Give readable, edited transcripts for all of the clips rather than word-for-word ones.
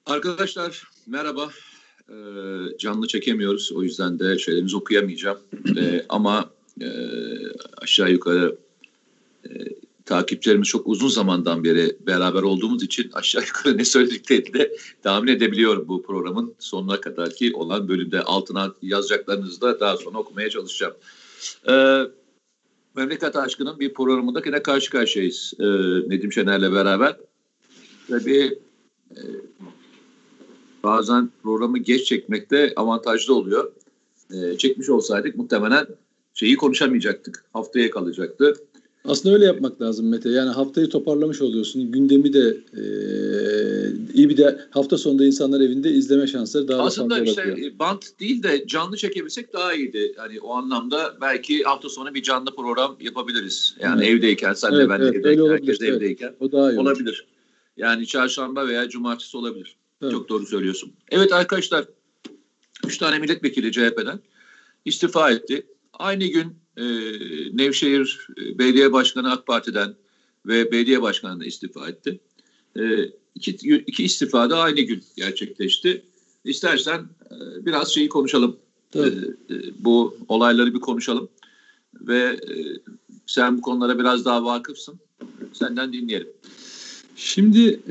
Arkadaşlar merhaba. Canlı çekemiyoruz. O yüzden de şeylerinizi okuyamayacağım. Ama aşağı yukarı takipçilerimiz çok uzun zamandan beri beraber olduğumuz için aşağı yukarı ne söylediklerini de tahmin edebiliyorum bu programın sonuna kadarki olan bölümde. Altına yazacaklarınızı da daha sonra okumaya çalışacağım. Memleket Aşkı'nın bir programında yine karşı karşıyayız Nedim Şener'le beraber. Ve bazen programı geç çekmekte avantajlı oluyor. Çekmiş olsaydık muhtemelen şeyi konuşamayacaktık. Haftaya kalacaktı. Aslında öyle yapmak lazım Mete. Yani haftayı toparlamış oluyorsun. Gündemi de iyi, bir de hafta sonunda insanlar evinde izleme şansları daha fazla oluyor. Aslında işte bant değil de canlı çekebilsek daha iyiydi. Yani o anlamda belki hafta sonu bir canlı program yapabiliriz. Yani evet. Evdeyken, sen de ben de evdeyken, herkes evdeyken o daha iyi olabilir. Olur. Yani çarşamba veya cumartesi olabilir. Evet. Çok doğru söylüyorsun. Evet arkadaşlar, 3 tane milletvekili CHP'den istifa etti. Aynı gün Nevşehir Belediye Başkanı AK Parti'den ve belediye başkanı da istifa etti. İki istifa da aynı gün gerçekleşti. İstersen biraz şeyi konuşalım. Bu olayları bir konuşalım. Ve sen bu konulara biraz daha vakıfsın. Senden dinleyelim. Şimdi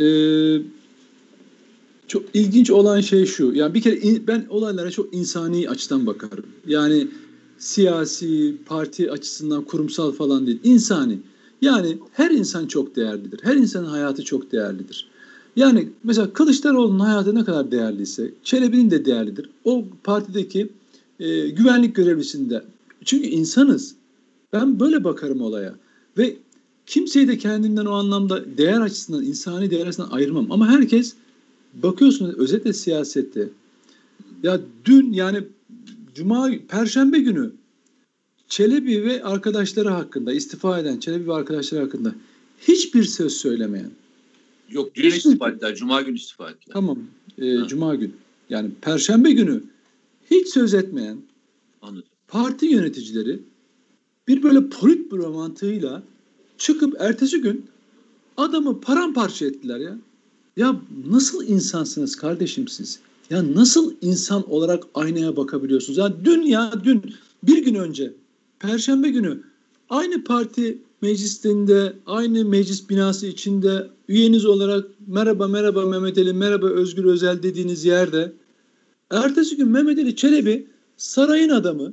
çok ilginç olan şey şu. Yani bir kere ben olaylara çok insani açıdan bakarım. Yani siyasi, parti açısından kurumsal falan değil. İnsani. Yani her insan çok değerlidir. Her insanın hayatı çok değerlidir. Yani mesela Kılıçdaroğlu'nun hayatı ne kadar değerliyse Çelebi'nin de değerlidir. O partideki güvenlik görevlisinde. Çünkü insanız. Ben böyle bakarım olaya. Ve kimseyi de kendinden o anlamda değer açısından, insani değer açısından ayırmam. Ama herkes bakıyorsunuz özetle siyasette. Ya dün yani Perşembe günü Çelebi ve arkadaşları hakkında, istifa eden Çelebi ve arkadaşları hakkında hiçbir söz söylemeyen. Yok, dün istifa ettiler. Cuma günü istifa ettiler. Tamam. Cuma günü. Yani Perşembe günü hiç söz etmeyen Anladım. Parti yöneticileri bir böyle politbüro mantığıyla çıkıp ertesi gün adamı paramparça ettiler ya. Ya nasıl insansınız kardeşim siz? Ya nasıl insan olarak aynaya bakabiliyorsunuz? Ya dün bir gün önce Perşembe günü aynı parti meclisinde, aynı meclis binası içinde üyeniz olarak merhaba Mehmet Ali, merhaba Özgür Özel dediğiniz yerde ertesi gün Mehmet Ali Çelebi sarayın adamı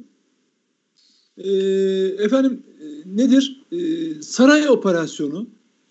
saray operasyonu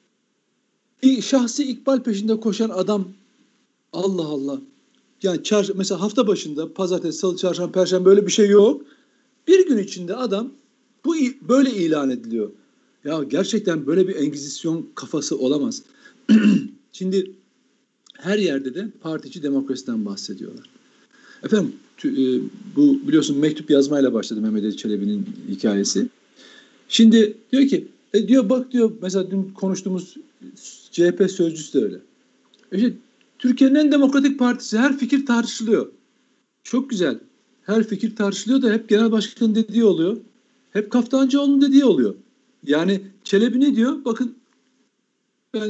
şahsi ikbal peşinde koşan adam Allah Allah. Yani mesela hafta başında pazartesi, salı, çarşamba, perşembe böyle bir şey yok. Bir gün içinde adam bu böyle ilan ediliyor. Ya gerçekten böyle bir engizisyon kafası olamaz. Şimdi her yerde de partici demokrasiden bahsediyorlar. Efendim bu biliyorsun mektup yazmayla başladı Mehmet Ali Çelebi'nin hikayesi. Şimdi diyor ki diyor mesela dün konuştuğumuz CHP sözcüsü de öyle. İşte Türkiye'nin en demokratik partisi, her fikir tartışılıyor. Çok güzel. Her fikir tartışılıyor da hep genel başkanın dediği oluyor. Hep Kaftancıoğlu'nun dediği oluyor. Yani Çelebi ne diyor? Bakın ben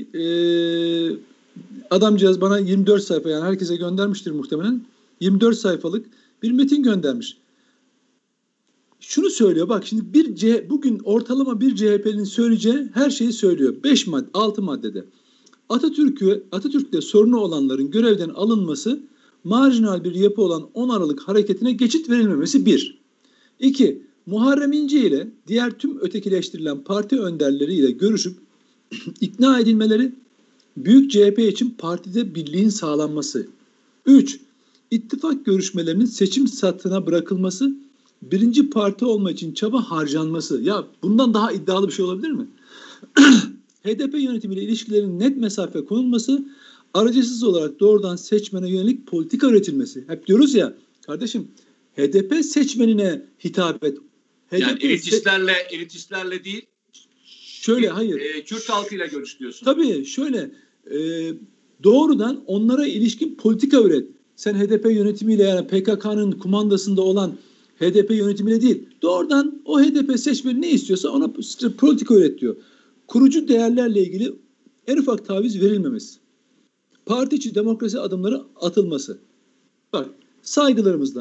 adamcağız bana 24 sayfa, yani herkese göndermiştir muhtemelen. 24 sayfalık bir metin göndermiş. Şunu söylüyor, bak şimdi bugün ortalama bir CHP'nin söyleyeceği her şeyi söylüyor. 6 maddede. Atatürk'te sorunu olanların görevden alınması, marjinal bir yapı olan 10 Aralık hareketine geçit verilmemesi 1. 2. Muharrem İnce ile diğer tüm ötekileştirilen parti önderleriyle görüşüp ikna edilmeleri, büyük CHP için partide birliğin sağlanması. 3. İttifak görüşmelerinin seçim satına bırakılması, birinci parti olma için çaba harcanması. Ya bundan daha iddialı bir şey olabilir mi? HDP yönetimiyle ilişkilerin net mesafe konulması, aracısız olarak doğrudan seçmene yönelik politika üretilmesi. Hep diyoruz ya kardeşim, HDP seçmenine hitap et. HDP yani elitistlerle değil. Şöyle hayır. Kürt halkıyla görüş diyorsun. Tabii şöyle doğrudan onlara ilişkin politika üret. Sen HDP yönetimiyle, yani PKK'nın kumandasında olan HDP yönetimiyle değil, doğrudan o HDP seçmeni ne istiyorsa ona politika üret diyor. Kurucu değerlerle ilgili en ufak taviz verilmemesi. parti içi demokrasi adımları atılması. Bak, saygılarımızla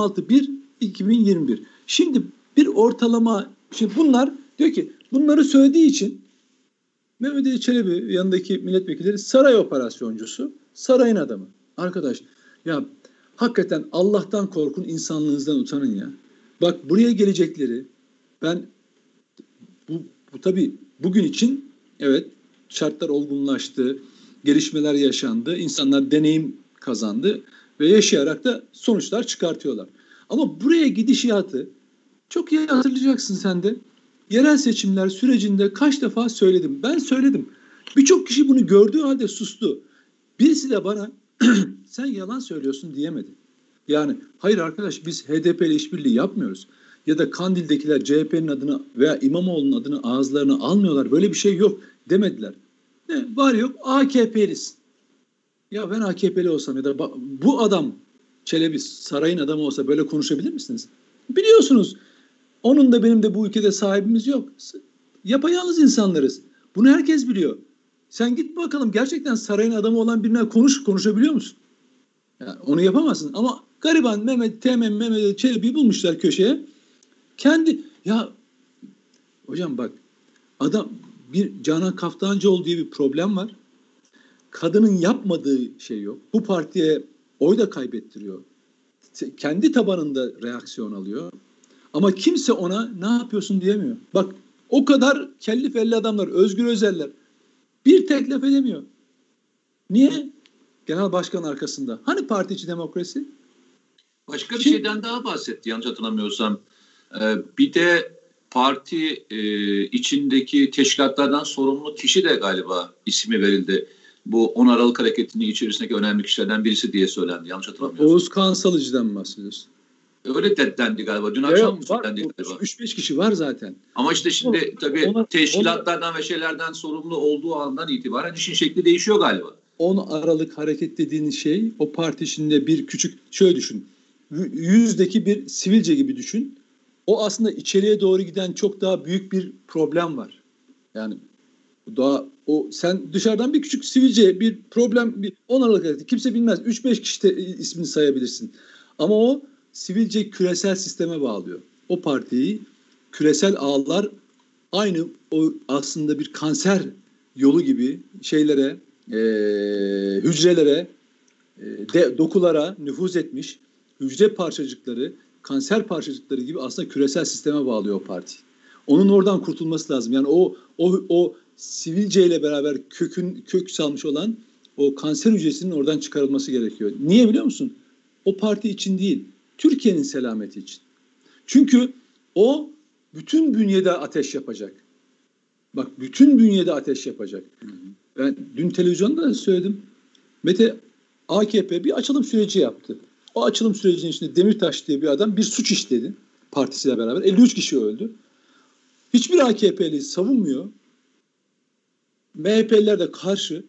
26.1.2021. Şimdi bir ortalama, şimdi bunlar diyor ki, bunları söylediği için Mehmet Ali Çelebi yanındaki milletvekilleri saray operasyoncusu, sarayın adamı. Arkadaş ya, hakikaten Allah'tan korkun, insanlığınızdan utanın ya. Bak, buraya gelecekleri, ben bu tabii bugün için evet, şartlar olgunlaştı, gelişmeler yaşandı, insanlar deneyim kazandı ve yaşayarak da sonuçlar çıkartıyorlar. Ama buraya gidişatı çok iyi hatırlayacaksın sen de. Yerel seçimler sürecinde kaç defa söyledim. Ben söyledim. Birçok kişi bunu gördüğü halde sustu. Birisi de bana sen yalan söylüyorsun diyemedi. Yani hayır arkadaş, biz HDP ile işbirliği yapmıyoruz. Ya da Kandil'dekiler CHP'nin adını veya İmamoğlu'nun adını ağızlarına almıyorlar. Böyle bir şey yok demediler. Ne var yok AKP'lisin. Ya ben AKP'li olsam ya da bu adam Çelebi sarayın adamı olsa böyle konuşabilir misiniz? Biliyorsunuz, onun da benim de bu ülkede sahibimiz yok. Yapayalnız insanlarız. Bunu herkes biliyor. Sen git bakalım, gerçekten sarayın adamı olan birine konuşabiliyor musun? Yani onu yapamazsın. Ama gariban Mehmet Çelebi'yi bulmuşlar köşeye. Ya hocam bak, adam, bir Canan Kaftancıoğlu diye bir problem var. Kadının yapmadığı şey yok. Bu partiye oy da kaybettiriyor. Kendi tabanında reaksiyon alıyor. Ama kimse ona ne yapıyorsun diyemiyor. Bak, o kadar kelli felli adamlar, Özgür Özel'ler bir tek laf edemiyor. Niye? Genel başkan arkasında. Hani parti içi demokrasi? Başka bir şeyden daha bahsetti yanlış hatırlamıyorsam. Bir de parti içindeki teşkilatlardan sorumlu kişi de galiba ismi verildi. Bu 10 Aralık hareketinin içerisindeki önemli kişilerden birisi diye söylendi. Yanlış hatırlamıyorsam. Oğuz Kansalıcı'dan mı bahsediyorsun? Öyle dendi galiba. Dün akşam mı söylendi galiba? 3-5 kişi var zaten. Ama işte şimdi tabii teşkilatlardan ve şeylerden sorumlu olduğu andan itibaren işin şekli değişiyor galiba. 10 Aralık hareket dediğin şey, o parti içinde bir küçük, şöyle düşün. Yüzdeki bir sivilce gibi düşün. O aslında içeriye doğru giden çok daha büyük bir problem var. Yani sen dışarıdan bir küçük sivilce, bir problem, bir 10 Aralık hareketi kimse bilmez. 3-5 kişi de ismini sayabilirsin. Ama o sivilce küresel sisteme bağlıyor. O partiyi küresel ağlar aynı o aslında bir kanser yolu gibi şeylere, hücrelere, dokulara nüfuz etmiş, hücre parçacıkları, kanser parçacıkları gibi aslında küresel sisteme bağlıyor o parti. Onun oradan kurtulması lazım. Yani o sivilce ile beraber kök salmış olan o kanser hücresinin oradan çıkarılması gerekiyor. Niye biliyor musun? O parti için değil, Türkiye'nin selameti için. Çünkü o bütün bünyede ateş yapacak. Bak, bütün bünyede ateş yapacak. Ben dün televizyonda da söyledim. AKP bir açılım süreci yaptı. O açılım sürecinin içinde Demirtaş diye bir adam bir suç işledi. Partisiyle beraber 53 kişi öldü. Hiçbir AKP'li savunmuyor. MHP'liler de karşı.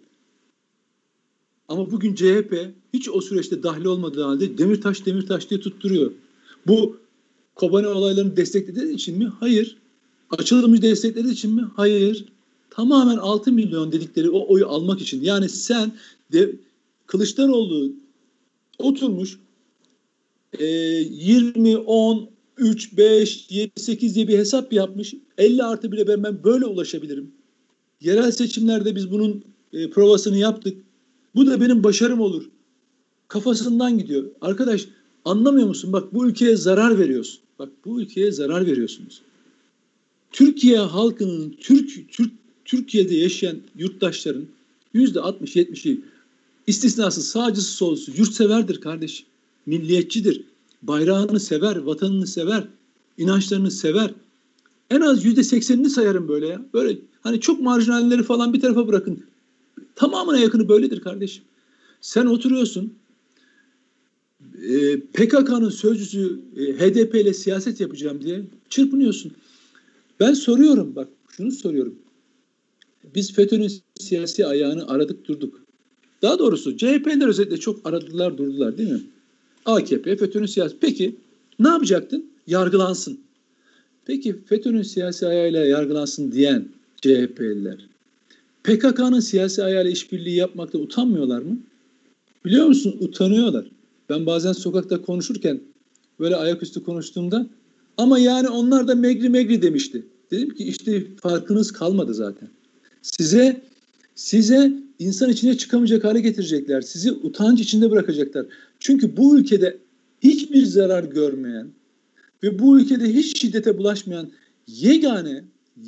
Ama bugün CHP hiç o süreçte dahil olmadığı halde Demirtaş diye tutturuyor. Bu Kobane olaylarını desteklediği için mi? Hayır. Açılımı desteklediği için mi? Hayır. Tamamen 6 milyon dedikleri o oyu almak için. Yani sen de Kılıçdaroğlu oturmuş 20, 10, 3, 5, 7, 8 diye bir hesap yapmış. 50+1'e ben böyle ulaşabilirim. Yerel seçimlerde biz bunun provasını yaptık. Bu da benim başarım olur. Kafasından gidiyor. Arkadaş, anlamıyor musun? Bak, bu ülkeye zarar veriyorsun. Bak, bu ülkeye zarar veriyorsunuz. Türkiye halkının, Türkiye'de yaşayan yurttaşların %60-70'i istisnasız, sağcısı solcusu yurtseverdir kardeşim. Milliyetçidir. Bayrağını sever, vatanını sever, inançlarını sever. En az %80'ini sayarım böyle ya. Böyle hani çok marjinalleri falan bir tarafa bırakın. Tamamına yakını böyledir kardeşim. Sen oturuyorsun, PKK'nın sözcüsü HDP ile siyaset yapacağım diye çırpınıyorsun. Ben soruyorum, bak şunu soruyorum. Biz FETÖ'nün siyasi ayağını aradık durduk. Daha doğrusu CHP'ler özellikle çok aradılar durdular değil mi? AKP, FETÖ'nün siyasi. Peki ne yapacaktın? Yargılansın. Peki FETÖ'nün siyasi ayağıyla yargılansın diyen CHP'liler PKK'nın siyasi ayağıyla işbirliği yapmakta utanmıyorlar mı? Biliyor musun? Utanıyorlar. Ben bazen sokakta konuşurken böyle ayaküstü konuştuğumda ama yani onlar da megri megri demişti. Dedim ki işte farkınız kalmadı zaten. Size insan içine çıkamayacak hale getirecekler. Sizi utanç içinde bırakacaklar. Çünkü bu ülkede hiçbir zarar görmeyen ve bu ülkede hiç şiddete bulaşmayan yegane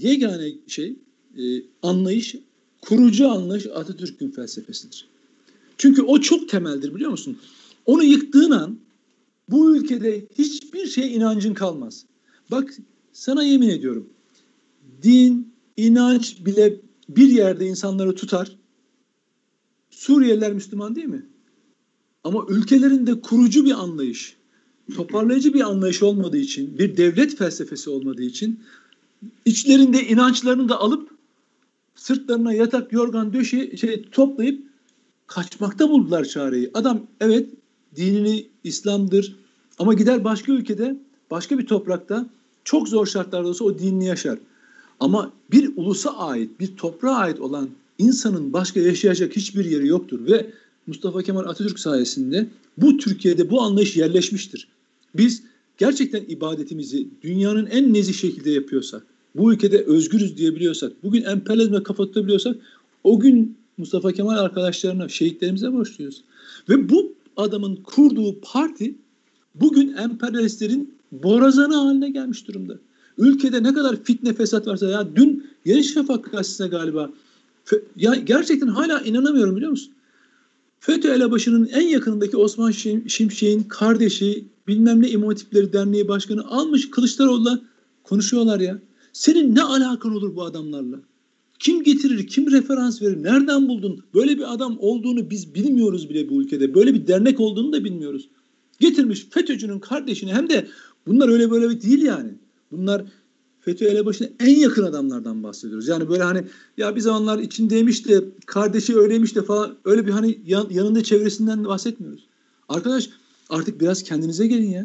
anlayış, kurucu anlayış Atatürk'ün felsefesidir. Çünkü o çok temeldir, biliyor musun? Onu yıktığın an bu ülkede hiçbir şeye inancın kalmaz. Bak sana yemin ediyorum. Din, inanç bile bir yerde insanları tutar. Suriyeliler Müslüman değil mi? Ama ülkelerinde kurucu bir anlayış, toparlayıcı bir anlayış olmadığı için, bir devlet felsefesi olmadığı için içlerinde inançlarını da alıp sırtlarına yatak, yorgan, toplayıp kaçmakta buldular çareyi. Adam evet dinini İslam'dır ama gider başka ülkede, başka bir toprakta çok zor şartlarda olsa o dinini yaşar. Ama bir ulusa ait, bir toprağa ait olan insanın başka yaşayacak hiçbir yeri yoktur ve Mustafa Kemal Atatürk sayesinde bu Türkiye'de bu anlayış yerleşmiştir. Biz gerçekten ibadetimizi dünyanın en nezih şekilde yapıyorsak, bu ülkede özgürüz diyebiliyorsak, bugün emperyalizme kafa tutabiliyorsak o gün Mustafa Kemal arkadaşlarına, şehitlerimize borçluyuz. Ve bu adamın kurduğu parti bugün emperyalistlerin borazanı haline gelmiş durumda. Ülkede ne kadar fitne fesat varsa ya dün Yeni Şafak gazetesine galiba ya gerçekten hala inanamıyorum, biliyor musun? FETÖ elebaşının en yakınındaki Osman Şimşek'in kardeşi bilmem ne İmam Hatipleri Derneği Başkanı almış Kılıçdaroğlu'la konuşuyorlar ya. Senin ne alakan olur bu adamlarla? Kim getirir, kim referans verir, nereden buldun? Böyle bir adam olduğunu biz bilmiyoruz bile bu ülkede. Böyle bir dernek olduğunu da bilmiyoruz. Getirmiş FETÖ'cünün kardeşini, hem de bunlar öyle böyle değil yani. Bunlar FETÖ elebaşına en yakın adamlardan bahsediyoruz. Yani böyle hani ya bir zamanlar içindeymiş de kardeşi öyleymiş de falan, öyle bir hani yanında çevresinden bahsetmiyoruz. Arkadaş artık biraz kendinize gelin ya.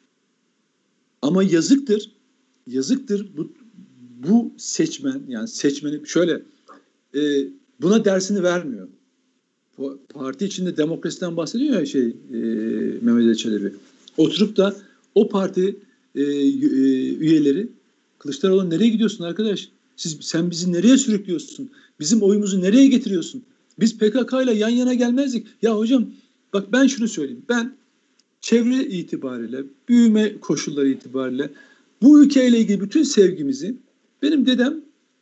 Ama yazıktır bu seçmen, yani seçmeni şöyle buna dersini vermiyor. Parti içinde demokrasiden bahsediyor ya Mehmet Ali Çelebi. Oturup da o parti üyeleri Kılıçdaroğlu nereye gidiyorsun arkadaş? Sen bizi nereye sürüklüyorsun? Bizim oyumuzu nereye getiriyorsun? Biz PKK ile yan yana gelmezdik. Ya hocam bak ben şunu söyleyeyim. Ben çevre itibariyle, büyüme koşulları itibariyle bu ülkeyle ilgili bütün sevgimizi, benim dedem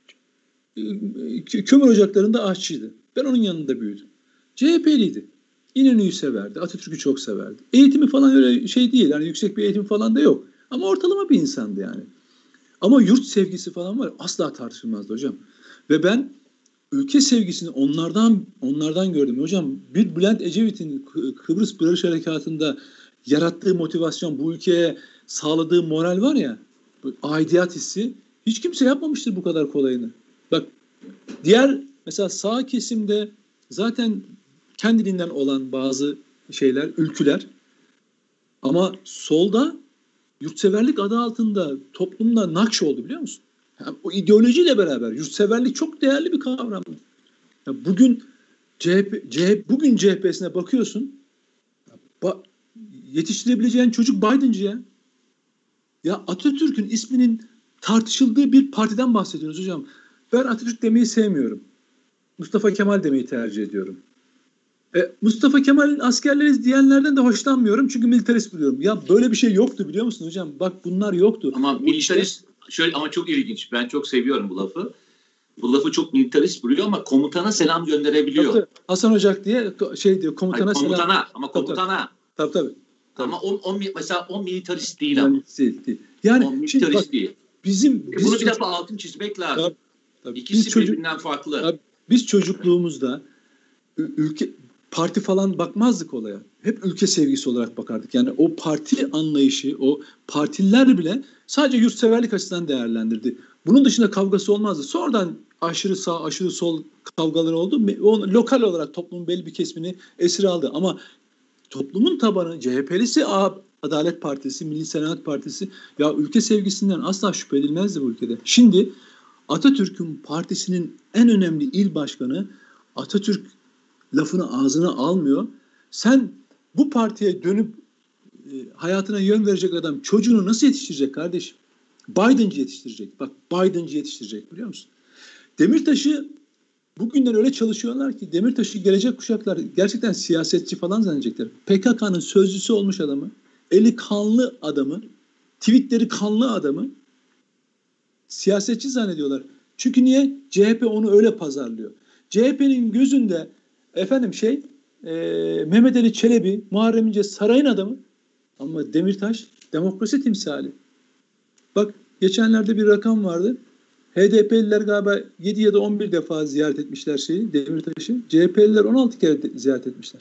kömür ocaklarında aşçıydı. Ben onun yanında büyüdüm. CHP'liydi. İnönü'yü severdi. Atatürk'ü çok severdi. Eğitimi falan öyle şey değil. Yani yüksek bir eğitim falan da yok. Ama ortalama bir insandı yani. Ama yurt sevgisi falan var. Asla tartışılmazdı hocam. Ve ben ülke sevgisini onlardan gördüm. Hocam bir Bülent Ecevit'in Kıbrıs Barış Harekatı'nda yarattığı motivasyon, bu ülkeye sağladığı moral var ya, aidiyet hissi hiç kimse yapmamıştır bu kadar kolayını. Bak diğer mesela sağ kesimde zaten kendiliğinden olan bazı şeyler, ülküler, ama solda yurtseverlik adı altında toplumda nakş oldu, biliyor musun? Yani o ideolojiyle beraber yurtseverlik çok değerli bir kavram. Ya bugün bugün CHP'sine bakıyorsun, yetiştirebileceğin çocuk Biden'cı ya. Ya Atatürk'ün isminin tartışıldığı bir partiden bahsediyoruz hocam. Ben Atatürk demeyi sevmiyorum. Mustafa Kemal demeyi tercih ediyorum. Mustafa Kemal'in askerleriz diyenlerden de hoşlanmıyorum. Çünkü militarist buluyorum. Ya böyle bir şey yoktu, biliyor musun hocam? Bak bunlar yoktu. Ama militarist şöyle, ama çok ilginç. Ben çok seviyorum bu lafı. Bu lafı çok militarist buluyor ama komutana selam gönderebiliyor. Tabii, Hasan Ocak diye diyor, komutana selam. Ama komutana. Tabii. Ama mesela o militarist değil ama. Değil. Yani o militarist değil. Bunu bir defa altın çizmek lazım. Tabii. İkisi birbirinden farklı. Tabii, biz çocukluğumuzda ülke parti falan bakmazdık olaya. Hep ülke sevgisi olarak bakardık. Yani o parti anlayışı, o partiler bile sadece yurtseverlik açısından değerlendirdi. Bunun dışında kavgası olmazdı. Sonradan aşırı sağ, aşırı sol kavgaları oldu. O lokal olarak toplumun belli bir kesimini esir aldı. Ama toplumun tabanı, CHP'lisi, Adalet Partisi, Milli Selamet Partisi, ya ülke sevgisinden asla şüphe edilmezdi bu ülkede. Şimdi Atatürk'ün partisinin en önemli il başkanı Atatürk lafını ağzına almıyor. Sen bu partiye dönüp hayatına yön verecek adam çocuğunu nasıl yetiştirecek kardeşim? Biden'cı yetiştirecek. Bak Biden'cı yetiştirecek biliyor musun? Demirtaş'ı bugünden öyle çalışıyorlar ki Demirtaş'ı gelecek kuşaklar gerçekten siyasetçi falan zannedecekler. PKK'nın sözcüsü olmuş adamı, eli kanlı adamı, tweetleri kanlı adamı siyasetçi zannediyorlar. Çünkü niye? CHP onu öyle pazarlıyor. CHP'nin gözünde efendim Mehmet Ali Çelebi, Muharrem İnce sarayın adamı ama Demirtaş demokrasi timsali. Bak geçenlerde bir rakam vardı. HDP'liler galiba 7 ya da 11 defa ziyaret etmişler Demirtaş'ı. CHP'liler 16 kere ziyaret etmişler.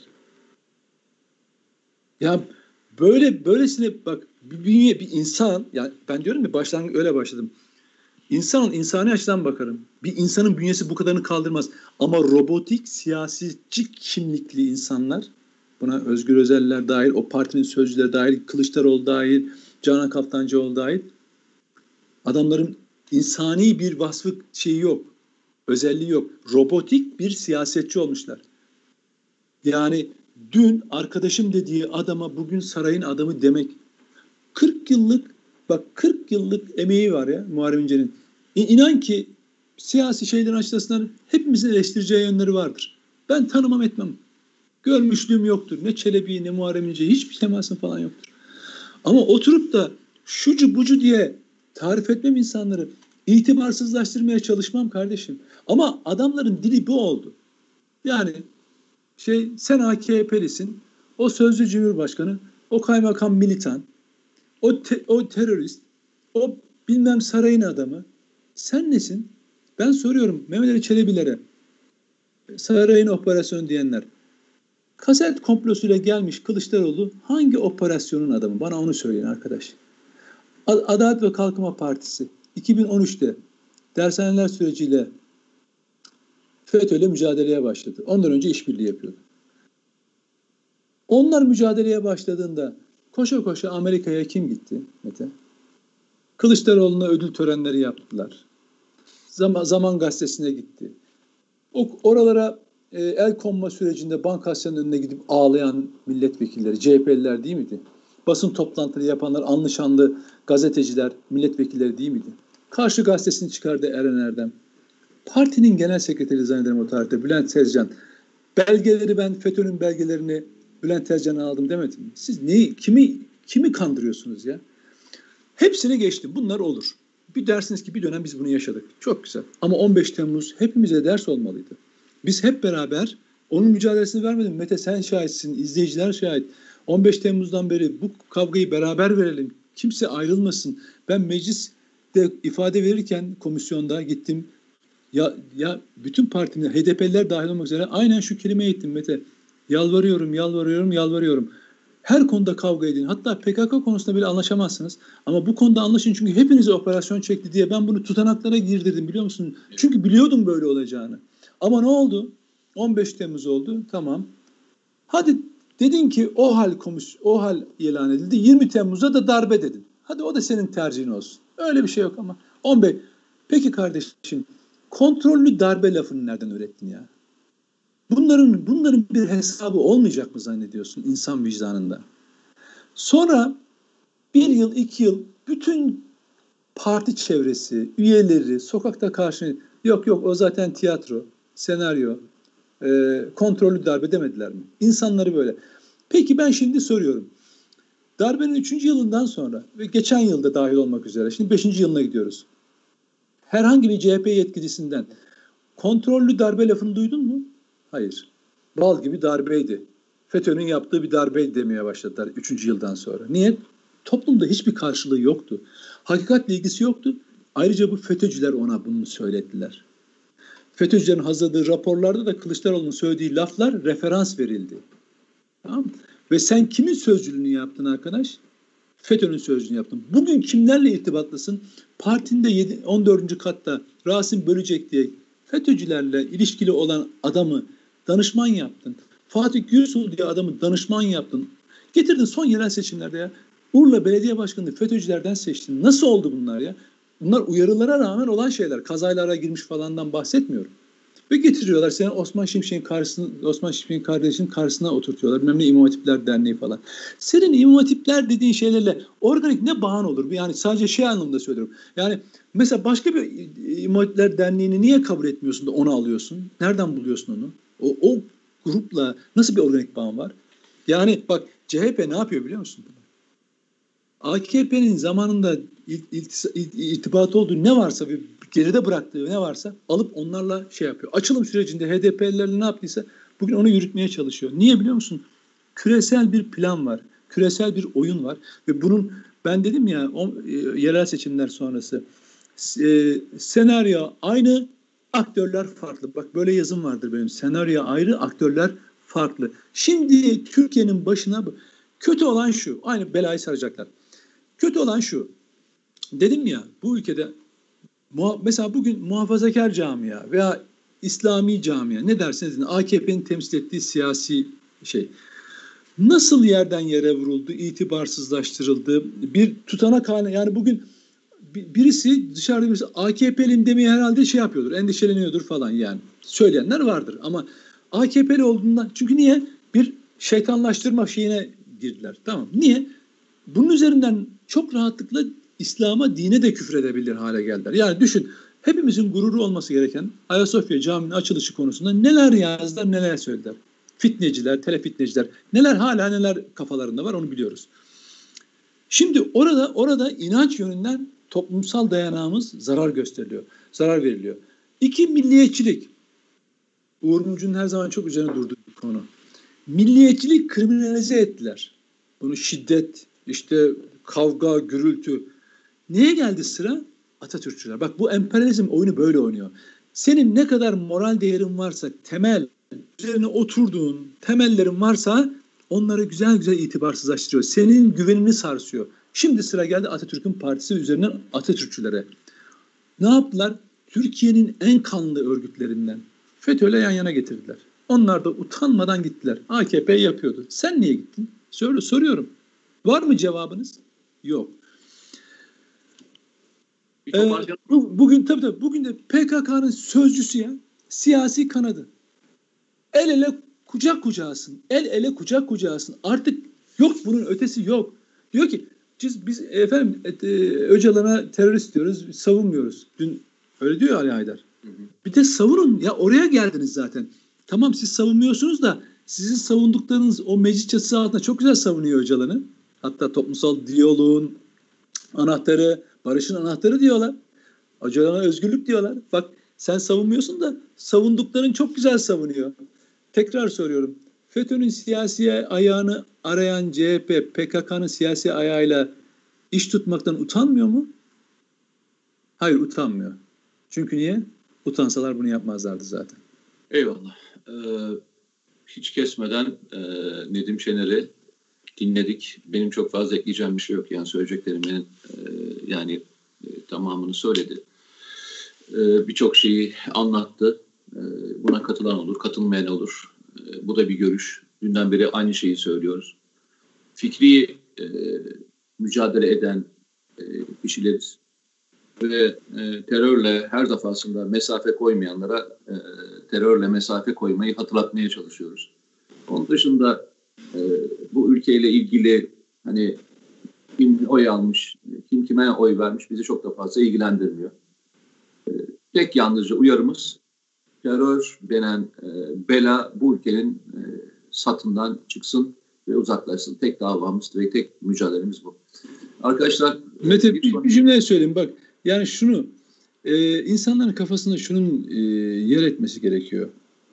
Ya böylesine bak bir insan, yani ben diyorum ya başlangıç öyle başladım. İnsani açıdan bakarım. Bir insanın bünyesi bu kadarını kaldırmaz. Ama robotik, siyasetçi kimlikli insanlar, buna Özgür Özel'ler dahil, o partinin sözcüleri dahil, Kılıçdaroğlu dahil, Canan Kaftancıoğlu dahil, adamların insani bir vasfı yok. Özelliği yok. Robotik bir siyasetçi olmuşlar. Yani dün arkadaşım dediği adama bugün sarayın adamı demek 40 yıllık emeği var ya Muharrem İnce'nin. İnan ki siyasi şeylerin açısından hepimizin eleştireceği yönleri vardır. Ben tanımam etmem. Görmüşlüğüm yoktur. Ne Çelebi ne Muharrem İnce, hiçbir temasım falan yoktur. Ama oturup da şucu bucu diye tarif etmem insanları, itibarsızlaştırmaya çalışmam kardeşim. Ama adamların dili bu oldu. Yani sen AKP'lisin, o sözcü cumhurbaşkanı, o kaymakam militan, o terörist, o bilmem sarayın adamı. Sen nesin? Ben soruyorum Mehmet Ali Çelebilere, sarayın operasyonu diyenler. Kaset komplosuyla gelmiş Kılıçdaroğlu hangi operasyonun adamı? Bana onu söyleyin arkadaş. Adalet ve Kalkınma Partisi 2013'te dershaneler süreciyle FETÖ'yle mücadeleye başladı. Ondan önce işbirliği yapıyordu. Onlar mücadeleye başladığında koşa koşa Amerika'ya kim gitti Mete? Kılıçdaroğlu'na ödül törenleri yaptılar. Zaman Gazetesi'ne gitti. Oralara el konma sürecinde Bankasyan'ın önüne gidip ağlayan milletvekilleri, CHP'liler değil miydi? Basın toplantıları yapanlar, anlı şanlı gazeteciler, milletvekilleri değil miydi? Karşı Gazetesi'ni çıkardı Eren Erdem. Partinin genel sekreteri zannederim o tarihte Bülent Tezcan. Belgeleri, ben FETÖ'nün belgelerini Bülent Tezcan'a aldım demedim mi? Siz kimi kandırıyorsunuz ya? Hepsini geçtim. Bunlar olur. Bir dersiniz ki bir dönem biz bunu yaşadık. Çok güzel. Ama 15 Temmuz hepimize ders olmalıydı. Biz hep beraber onun mücadelesini vermedim. Mete sen şahitsin, izleyiciler şahit. 15 Temmuz'dan beri bu kavgayı beraber verelim. Kimse ayrılmasın. Ben mecliste ifade verirken komisyonda gittim. Ya bütün partinin, HDP'liler dahil olmak üzere aynen şu kelimeyi ettim Mete. Yalvarıyorum. Her konuda kavga edin. Hatta PKK konusunda bile anlaşamazsınız. Ama bu konuda anlaşın çünkü hepinize operasyon çekti diye ben bunu tutanaklara girdirdim biliyor musun? Çünkü biliyordum böyle olacağını. Ama ne oldu? 15 Temmuz oldu. Tamam. Hadi dedin ki o hal ilan edildi. 20 Temmuz'da da darbe dedin. Hadi o da senin tercihin olsun. Öyle bir şey yok ama. 15. Peki kardeşim, kontrollü darbe lafını nereden öğrettin ya? Bunların bir hesabı olmayacak mı zannediyorsun insan vicdanında? Sonra 1 yıl, 2 yıl bütün parti çevresi, üyeleri sokakta karşı yok o zaten tiyatro, senaryo, kontrollü darbe demediler mi? İnsanları böyle. Peki ben şimdi soruyorum. Darbenin 3. yılından sonra ve geçen yılda dahil olmak üzere şimdi 5. yılına gidiyoruz. Herhangi bir CHP yetkilisinden kontrollü darbe lafını duydun mu? Hayır. Bal gibi darbeydi. FETÖ'nün yaptığı bir darbeydi demeye başladılar 3. yıldan sonra. Niye? Toplumda hiçbir karşılığı yoktu. Hakikatle ilgisi yoktu. Ayrıca bu FETÖ'cüler ona bunu söylediler. FETÖ'cülerin hazırladığı raporlarda da Kılıçdaroğlu'nun söylediği laflar referans verildi. Tamam mı? Ve sen kimin sözcülüğünü yaptın arkadaş? FETÖ'nün sözcülüğünü yaptın. Bugün kimlerle irtibatlısın? Partinde 14. katta Rasim Bölecek diye FETÖ'cülerle ilişkili olan adamı danışman yaptın. Fatih Gürsul diye adamı danışman yaptın. Getirdin son yerel seçimlerde ya. Urla Belediye Başkanı'nı FETÖ'cülerden seçtin. Nasıl oldu bunlar ya? Bunlar uyarılara rağmen olan şeyler. Kazaylara girmiş falandan bahsetmiyorum. Ve getiriyorlar seni Osman Şimşek'in kardeşinin karşısına oturtuyorlar. Bilmem ne İmam Hatipler Derneği falan. Senin İmam Hatipler dediğin şeylerle organik ne bağın olur? Yani sadece şey anlamında söylüyorum. Yani mesela başka bir İmam Hatipler Derneği'ni niye kabul etmiyorsun da onu alıyorsun? Nereden buluyorsun onu? O grupla nasıl bir organik bağın var? Yani bak CHP ne yapıyor biliyor musun? AKP'nin zamanında irtibatı olduğu ne varsa bir geride bıraktığı ne varsa alıp onlarla şey yapıyor. Açılım sürecinde HDP'lilerle ne yaptıysa bugün onu yürütmeye çalışıyor. Niye biliyor musun? Küresel bir plan var. Küresel bir oyun var. Ve bunun ben dedim ya yerel seçimler sonrası senaryo aynı, aktörler farklı. Bak böyle yazım vardır benim. Senaryo ayrı, aktörler farklı. Şimdi Türkiye'nin başına kötü olan şu. Aynı belayı saracaklar. Kötü olan şu. Dedim ya bu ülkede mesela bugün muhafazakar camia veya İslami camia ne derseniz AKP'nin temsil ettiği siyasi şey nasıl yerden yere vuruldu, itibarsızlaştırıldı, bir tutanak haline yani bugün dışarıda birisi AKP'liyim demeye herhalde şey yapıyordur, endişeleniyordur falan yani. Söyleyenler vardır ama AKP'li olduğundan çünkü niye? Bir şeytanlaştırma şeyine girdiler. Tamam. Niye? Bunun üzerinden çok rahatlıkla İslam'a, dine de küfredebilir hale geldiler. Yani düşün, hepimizin gururu olması gereken Ayasofya Camii'nin açılışı konusunda neler yazdılar, neler söylediler. Fitneciler, telefitneciler, neler kafalarında var onu biliyoruz. Şimdi orada inanç yönünden toplumsal dayanağımız zarar gösteriliyor, zarar veriliyor. İki, milliyetçilik. Uğur Mumcu'nun her zaman çok üzerine durduğu bir konu. Milliyetçilik kriminalize ettiler. Bunu şiddet, işte kavga, gürültü. Neye geldi sıra? Atatürkçüler. Bak bu emperyalizm oyunu böyle oynuyor. Senin ne kadar moral değerin varsa, üzerine oturduğun temellerin varsa onları güzel güzel itibarsızlaştırıyor. Senin güvenini sarsıyor. Şimdi sıra geldi Atatürk'ün partisi üzerinden Atatürkçülere. Ne yaptılar? Türkiye'nin en kanlı örgütlerinden FETÖ'yle yan yana getirdiler. Onlar da utanmadan gittiler. AKP yapıyordu. Sen niye gittin? Soruyorum. Var mı cevabınız? Yok. Bugün tabii bugün de PKK'nın sözcüsü ya, siyasi kanadı. El ele kucak kucağısın. El ele kucak kucağısın. Artık yok, bunun ötesi yok. Diyor ki biz efendim Öcalan'a terörist diyoruz, savunmuyoruz. Dün öyle diyor Ali Haydar. Hı hı. Bir de savunun ya, oraya geldiniz zaten. Tamam siz savunmuyorsunuz da sizin savunduklarınız o meclis çatısı altında çok güzel savunuyor Öcalan'ı. Hatta toplumsal diyaloğun anahtarı, barışın anahtarı diyorlar. Öcalan'a özgürlük diyorlar. Bak sen savunmuyorsun da savundukların çok güzel savunuyor. Tekrar soruyorum. FETÖ'nün siyasi ayağını arayan CHP, PKK'nın siyasi ayağıyla iş tutmaktan utanmıyor mu? Hayır, utanmıyor. Çünkü niye? Utansalar bunu yapmazlardı zaten. Eyvallah. Hiç kesmeden Nedim Şener'i dinledik. Benim çok fazla ekleyeceğim bir şey yok. Yani söyleyeceklerimin tamamını söyledi. Birçok şeyi anlattı. Buna katılan olur, katılmayan olur. Bu da bir görüş. Dünden beri aynı şeyi söylüyoruz. Fikri mücadele eden kişileriz. Ve terörle her defasında mesafe koymayanlara terörle mesafe koymayı hatırlatmaya çalışıyoruz. Onun dışında bu ülkeyle ilgili hani kim oy almış, kim kime oy vermiş bizi çok da fazla ilgilendirmiyor. Tek yalnızca uyarımız terör denen bela bu ülkenin satından çıksın ve uzaklaşsın. Tek davamız ve tek mücadelemiz bu. Arkadaşlar Mete bir cümle söyleyeyim bak. Yani şunu insanların kafasında şunun yer etmesi gerekiyor.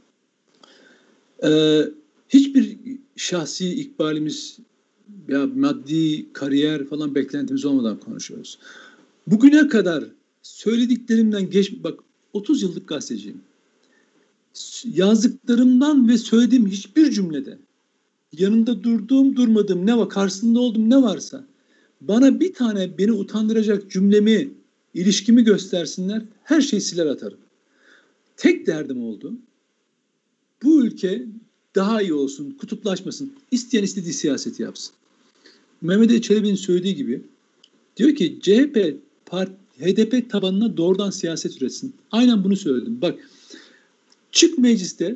Hiçbir şahsi ikbalimiz ya maddi kariyer falan beklentimiz olmadan konuşuyoruz. Bugüne kadar söylediklerimden bak 30 yıllık gazeteciyim. Yazdıklarımdan ve söylediğim hiçbir cümlede yanında durduğum durmadığım ne var, karşısında olduğum ne varsa bana bir tane beni utandıracak cümlemi, ilişkimi göstersinler, her şeyi siler atarım. Tek derdim oldu. Bu ülke daha iyi olsun, kutuplaşmasın. İsteyen istediği siyaseti yapsın. Mehmet Ali Çelebi'nin söylediği gibi diyor ki CHP HDP tabanına doğrudan siyaset üretsin. Aynen bunu söyledim. Bak, çık mecliste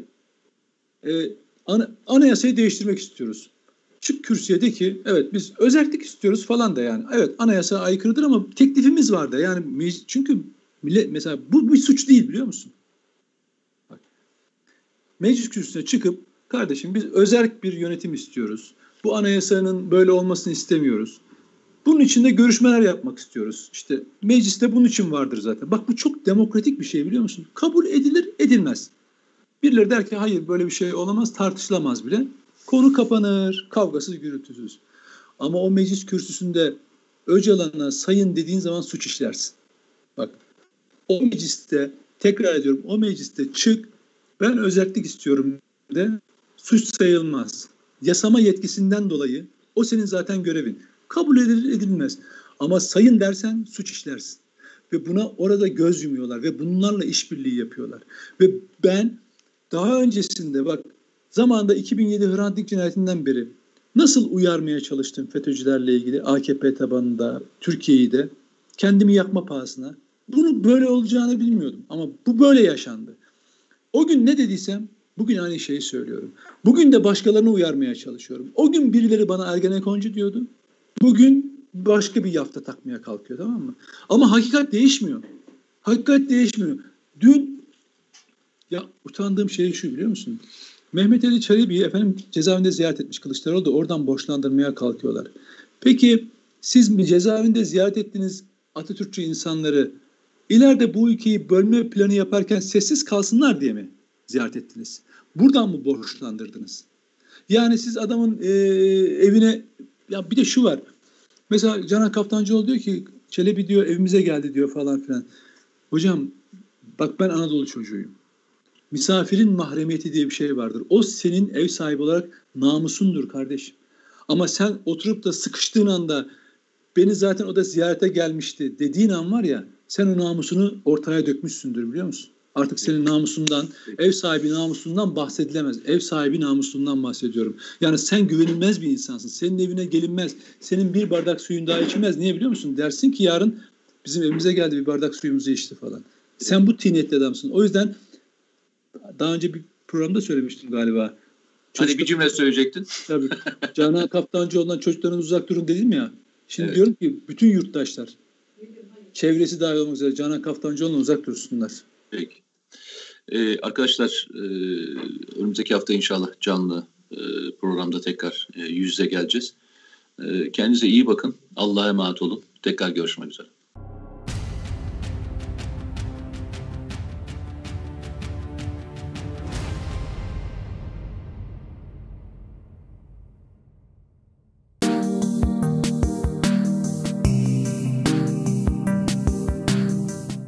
anayasayı değiştirmek istiyoruz. Çık kürsüye de ki evet biz özerklik istiyoruz falan da yani. Evet anayasa aykırıdır ama teklifimiz var da yani çünkü millet mesela bu bir suç değil biliyor musun? Bak, meclis kürsüsüne çıkıp kardeşim biz özerk bir yönetim istiyoruz. Bu anayasanın böyle olmasını istemiyoruz. Bunun için de görüşmeler yapmak istiyoruz. İşte mecliste bunun için vardır zaten. Bak bu çok demokratik bir şey biliyor musun? Kabul edilir edilmez. Birileri der ki hayır böyle bir şey olamaz, tartışılamaz bile. Konu kapanır, kavgasız gürültüsüz. Ama o meclis kürsüsünde Öcalan'a sayın dediğin zaman suç işlersin. Bak o mecliste, tekrar ediyorum, o mecliste çık, ben özellik istiyorum de suç sayılmaz. Yasama yetkisinden dolayı o senin zaten görevin. Kabul edilir edilmez. Ama sayın dersen suç işlersin. Ve buna orada göz yumuyorlar ve bunlarla işbirliği yapıyorlar. Ve ben daha öncesinde bak zamanında 2007 Hrant Dink cinayetinden beri nasıl uyarmaya çalıştım FETÖ'cülerle ilgili AKP tabanında Türkiye'yi de kendimi yakma pahasına. Bunu böyle olacağını bilmiyordum ama bu böyle yaşandı. O gün ne dediysem bugün aynı şeyi söylüyorum. Bugün de başkalarını uyarmaya çalışıyorum. O gün birileri bana Ergenekoncu diyordu. Bugün başka bir yafta takmaya kalkıyor, tamam mı? Ama hakikat değişmiyor. Hakikat değişmiyor. Dün ya utandığım şey şu biliyor musun? Mehmet Ali Çelebi'yi efendim cezaevinde ziyaret etmiş Kılıçdaroğlu da oradan borçlandırmaya kalkıyorlar. Peki siz mi cezaevinde ziyaret ettiğiniz Atatürkçü insanları ileride bu ülkeyi bölme planı yaparken sessiz kalsınlar diye mi ziyaret ettiniz? Buradan mı borçlandırdınız? Yani siz adamın evine ya bir de şu var. Mesela Canan Kaftancıoğlu diyor ki Çelebi diyor evimize geldi diyor falan filan. Hocam bak ben Anadolu çocuğuyum. Misafirin mahremiyeti diye bir şey vardır. O senin ev sahibi olarak namusundur kardeşim. Ama sen oturup da sıkıştığın anda beni zaten o da ziyarete gelmişti dediğin an var ya sen o namusunu ortaya dökmüşsündür biliyor musun? Artık senin namusundan, ev sahibi namusundan bahsedilemez. Ev sahibi namusundan bahsediyorum. Yani sen güvenilmez bir insansın. Senin evine gelinmez. Senin bir bardak suyun daha içilmez. Niye biliyor musun? Dersin ki yarın bizim evimize geldi bir bardak suyumuzu içti falan. Sen bu tiniyetli adamsın. O yüzden daha önce bir programda söylemiştim galiba. Hani bir cümle söyleyecektin. Tabii. Canan Kaftancıoğlu'ndan çocuklarından uzak durun dedim ya. Şimdi Evet. diyorum ki bütün yurttaşlar çevresi dahil olmak üzere Canan Kaftancıoğlu'ndan uzak dursunlar. Peki. Arkadaşlar önümüzdeki hafta inşallah canlı programda tekrar yüz yüze geleceğiz. Kendinize iyi bakın. Allah'a emanet olun. Tekrar görüşmek üzere.